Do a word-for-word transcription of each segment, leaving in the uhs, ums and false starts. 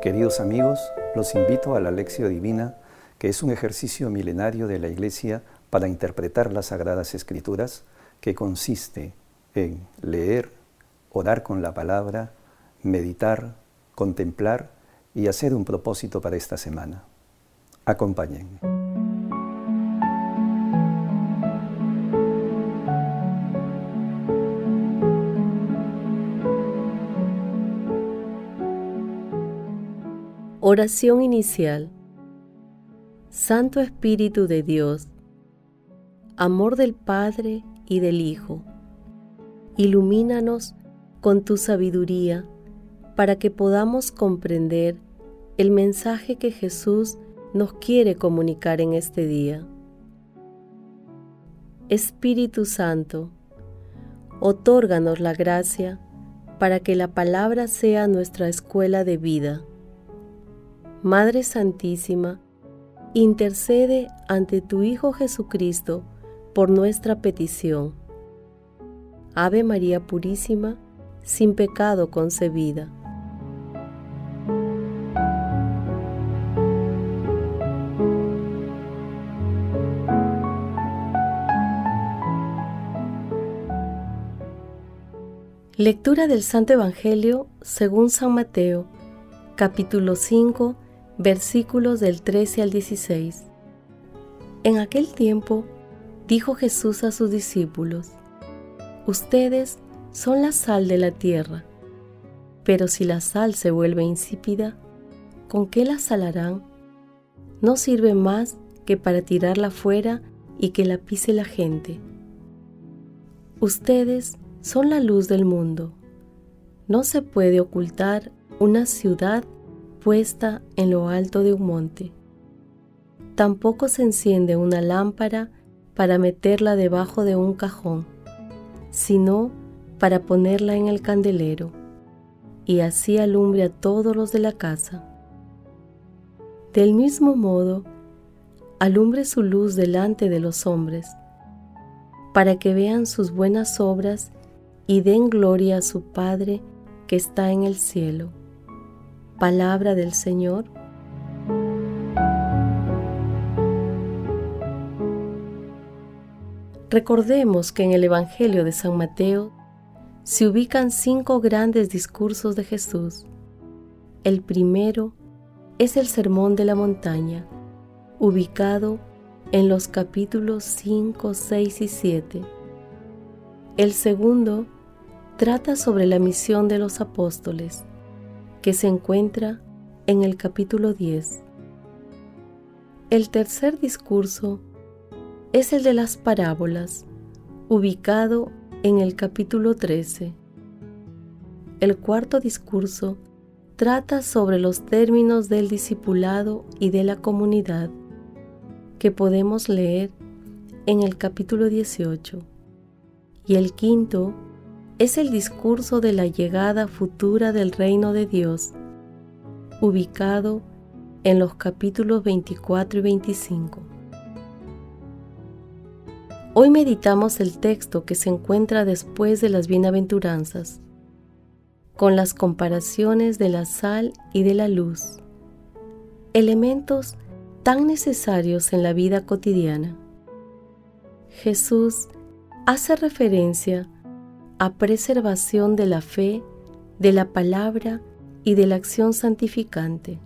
Queridos amigos, los invito a la Lectio Divina, que es un ejercicio milenario de la Iglesia para interpretar las Sagradas Escrituras, que consiste en leer, orar con la palabra, meditar, contemplar y hacer un propósito para esta semana. Acompáñenme. Oración inicial. Santo Espíritu de Dios, amor del Padre y del Hijo, ilumínanos con tu sabiduría para que podamos comprender el mensaje que Jesús nos quiere comunicar en este día. Espíritu Santo, otórganos la gracia para que la palabra sea nuestra escuela de vida. Madre Santísima, intercede ante tu Hijo Jesucristo por nuestra petición. Ave María Purísima, sin pecado concebida. Lectura del Santo Evangelio según San Mateo, capítulo cinco, versículos del trece al dieciséis. En aquel tiempo dijo Jesús a sus discípulos: Ustedes son la sal de la tierra, pero si la sal se vuelve insípida, ¿con qué la salarán? No sirve más que para tirarla fuera y que la pise la gente. Ustedes son la luz del mundo. No se puede ocultar una ciudad puesta en lo alto de un monte. Tampoco se enciende una lámpara para meterla debajo de un cajón, sino para ponerla en el candelero, y así alumbre a todos los de la casa. Del mismo modo, alumbre su luz delante de los hombres, para que vean sus buenas obras y den gloria a su Padre que está en el cielo. Palabra del Señor. Recordemos que en el Evangelio de San Mateo se ubican cinco grandes discursos de Jesús. El primero es el Sermón de la Montaña, ubicado en los capítulos cinco, seis y siete. El segundo trata sobre la misión de los apóstoles, que se encuentra en el capítulo diez. El tercer discurso es el de las parábolas, ubicado en el capítulo trece. El cuarto discurso trata sobre los términos del discipulado y de la comunidad, que podemos leer en el capítulo dieciocho. Y el quinto es el discurso de la llegada futura del reino de Dios, ubicado en los capítulos veinticuatro y veinticinco. Hoy meditamos el texto que se encuentra después de las bienaventuranzas, con las comparaciones de la sal y de la luz, elementos tan necesarios en la vida cotidiana. Jesús hace referencia a preservación de la fe, de la palabra y de la acción santificante.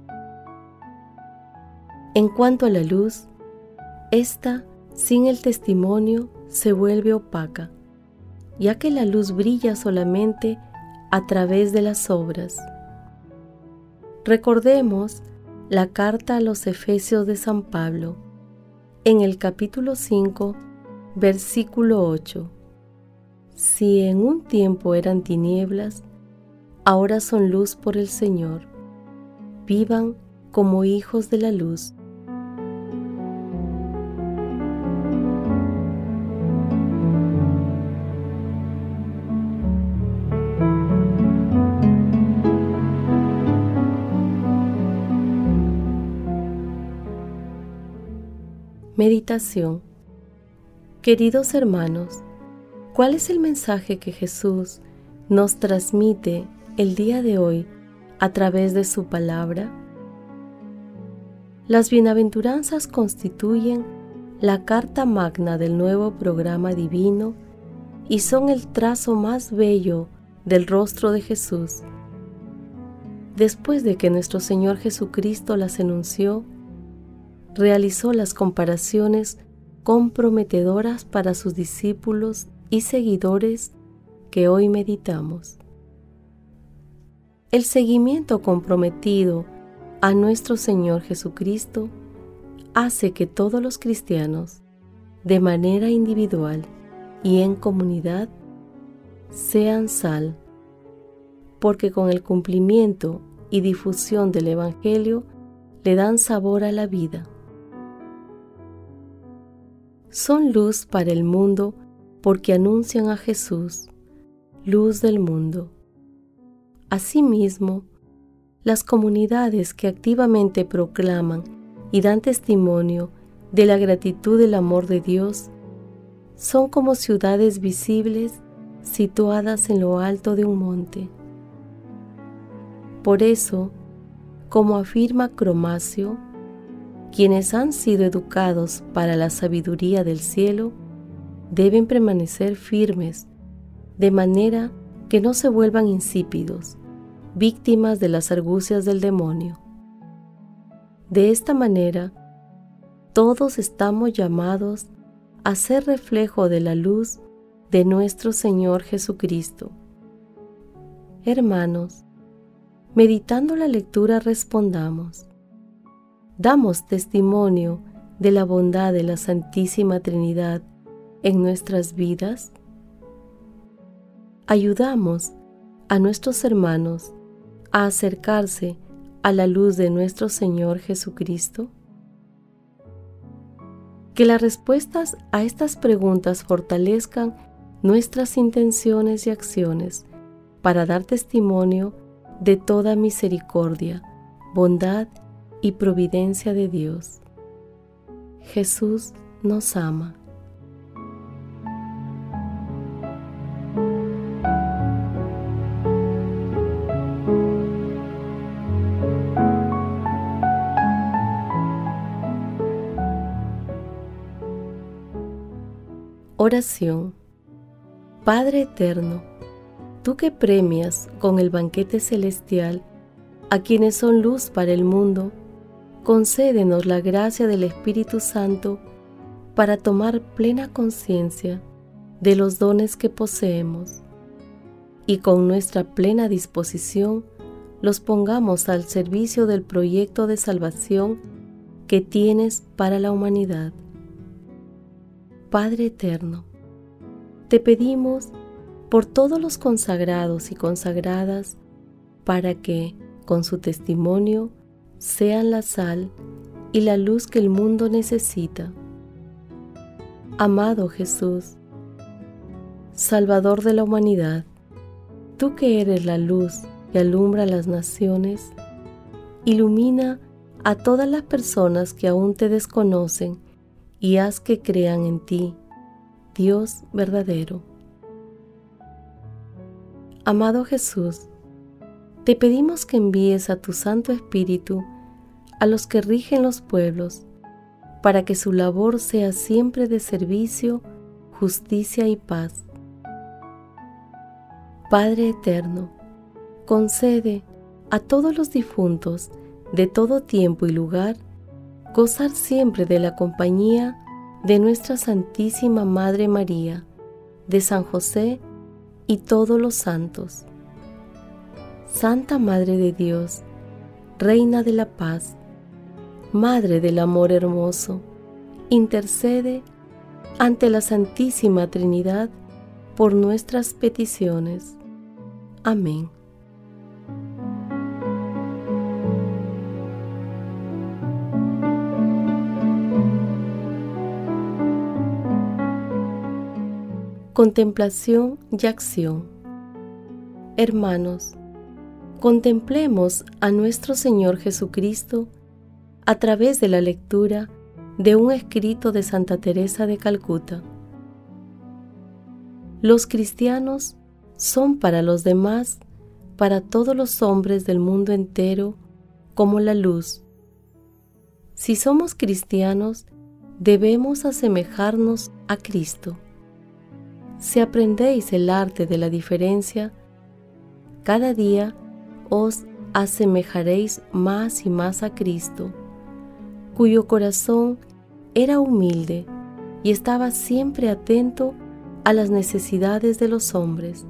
En cuanto a la luz, esta, sin el testimonio, se vuelve opaca, ya que la luz brilla solamente a través de las obras. Recordemos la carta a los Efesios de San Pablo, en el capítulo cinco, versículo ocho. Si en un tiempo eran tinieblas, ahora son luz por el Señor. Vivan como hijos de la luz. Meditación. Queridos hermanos, ¿cuál es el mensaje que Jesús nos transmite el día de hoy a través de su palabra? Las bienaventuranzas constituyen la carta magna del nuevo programa divino y son el trazo más bello del rostro de Jesús. Después de que nuestro Señor Jesucristo las enunció, realizó las comparaciones comprometedoras para sus discípulos y seguidores que hoy meditamos. El seguimiento comprometido a nuestro Señor Jesucristo hace que todos los cristianos, de manera individual y en comunidad, sean sal, porque con el cumplimiento y difusión del Evangelio le dan sabor a la vida. Son luz para el mundo porque anuncian a Jesús, luz del mundo. Asimismo, las comunidades que activamente proclaman y dan testimonio de la gratitud del amor de Dios son como ciudades visibles situadas en lo alto de un monte. Por eso, como afirma Cromacio, quienes han sido educados para la sabiduría del cielo deben permanecer firmes, de manera que no se vuelvan insípidos, víctimas de las argucias del demonio. De esta manera, todos estamos llamados a ser reflejo de la luz de nuestro Señor Jesucristo. Hermanos, meditando la lectura respondamos: ¿damos testimonio de la bondad de la Santísima Trinidad en nuestras vidas? ¿Ayudamos a nuestros hermanos a acercarse a la luz de nuestro Señor Jesucristo? Que las respuestas a estas preguntas fortalezcan nuestras intenciones y acciones para dar testimonio de toda misericordia, bondad y providencia de Dios. Jesús nos ama. Oración. Padre eterno, tú que premias con el banquete celestial a quienes son luz para el mundo, concédenos la gracia del Espíritu Santo para tomar plena conciencia de los dones que poseemos y con nuestra plena disposición los pongamos al servicio del proyecto de salvación que tienes para la humanidad. Padre eterno, te pedimos por todos los consagrados y consagradas para que, con su testimonio, sean la sal y la luz que el mundo necesita. Amado Jesús, Salvador de la humanidad, tú que eres la luz que alumbra las naciones, ilumina a todas las personas que aún te desconocen y haz que crean en ti, Dios verdadero. Amado Jesús, te pedimos que envíes a tu Santo Espíritu a los que rigen los pueblos, para que su labor sea siempre de servicio, justicia y paz. Padre eterno, concede a todos los difuntos de todo tiempo y lugar gozar siempre de la compañía de nuestra Santísima Madre María, de San José y todos los santos. Santa Madre de Dios, Reina de la Paz, Madre del Amor Hermoso, intercede ante la Santísima Trinidad por nuestras peticiones. Amén. Contemplación y acción. Hermanos, contemplemos a nuestro Señor Jesucristo a través de la lectura de un escrito de Santa Teresa de Calcuta. Los cristianos son para los demás para todos los hombres del mundo entero como la luz. Si somos cristianos, debemos asemejarnos a Cristo. Si aprendéis el arte de la diferencia, cada día os asemejaréis más y más a Cristo, cuyo corazón era humilde y estaba siempre atento a las necesidades de los hombres.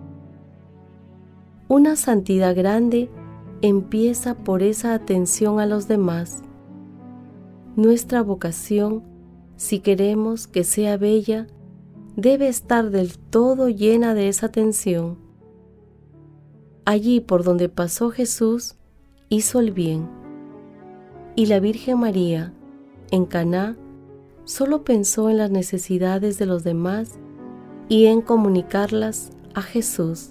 Una santidad grande empieza por esa atención a los demás. Nuestra vocación, si queremos que sea bella, debe estar del todo llena de esa atención. Allí por donde pasó Jesús, hizo el bien. Y la Virgen María, en Caná, solo pensó en las necesidades de los demás y en comunicarlas a Jesús.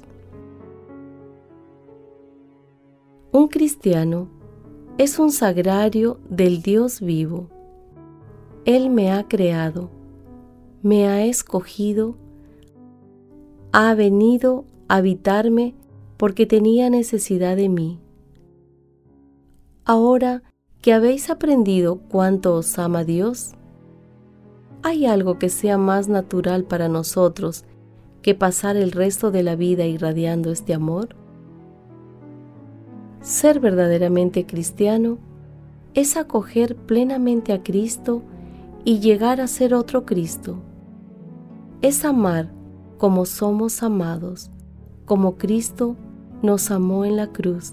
Un cristiano es un sagrario del Dios vivo. Él me ha creado, me ha escogido, ha venido a habitarme porque tenía necesidad de mí. Ahora que habéis aprendido cuánto os ama Dios, ¿hay algo que sea más natural para nosotros que pasar el resto de la vida irradiando este amor? Ser verdaderamente cristiano es acoger plenamente a Cristo y llegar a ser otro Cristo. Es amar como somos amados, como Cristo nos amó en la cruz.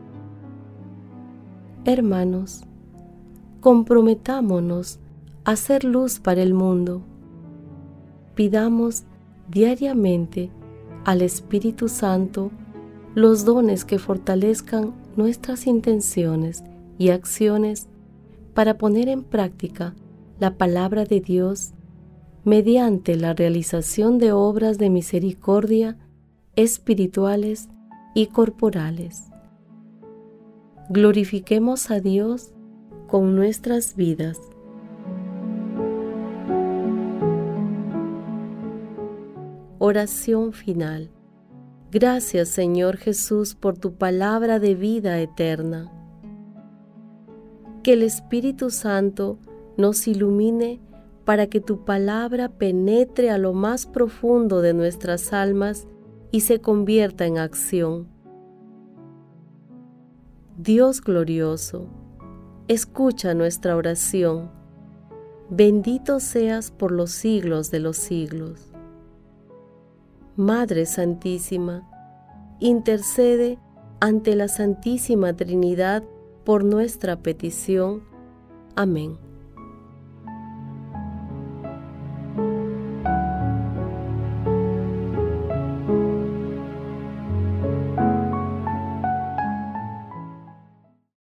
Hermanos, comprometámonos a ser luz para el mundo. Pidamos diariamente al Espíritu Santo los dones que fortalezcan nuestras intenciones y acciones para poner en práctica la palabra de Dios mediante la realización de obras de misericordia espirituales y corporales. Glorifiquemos a Dios con nuestras vidas. Oración final. Gracias, Señor Jesús, por tu palabra de vida eterna. Que el Espíritu Santo nos ilumine para que tu palabra penetre a lo más profundo de nuestras almas y se convierta en acción. Dios glorioso, escucha nuestra oración. Bendito seas por los siglos de los siglos. Madre Santísima, intercede ante la Santísima Trinidad por nuestra petición. Amén.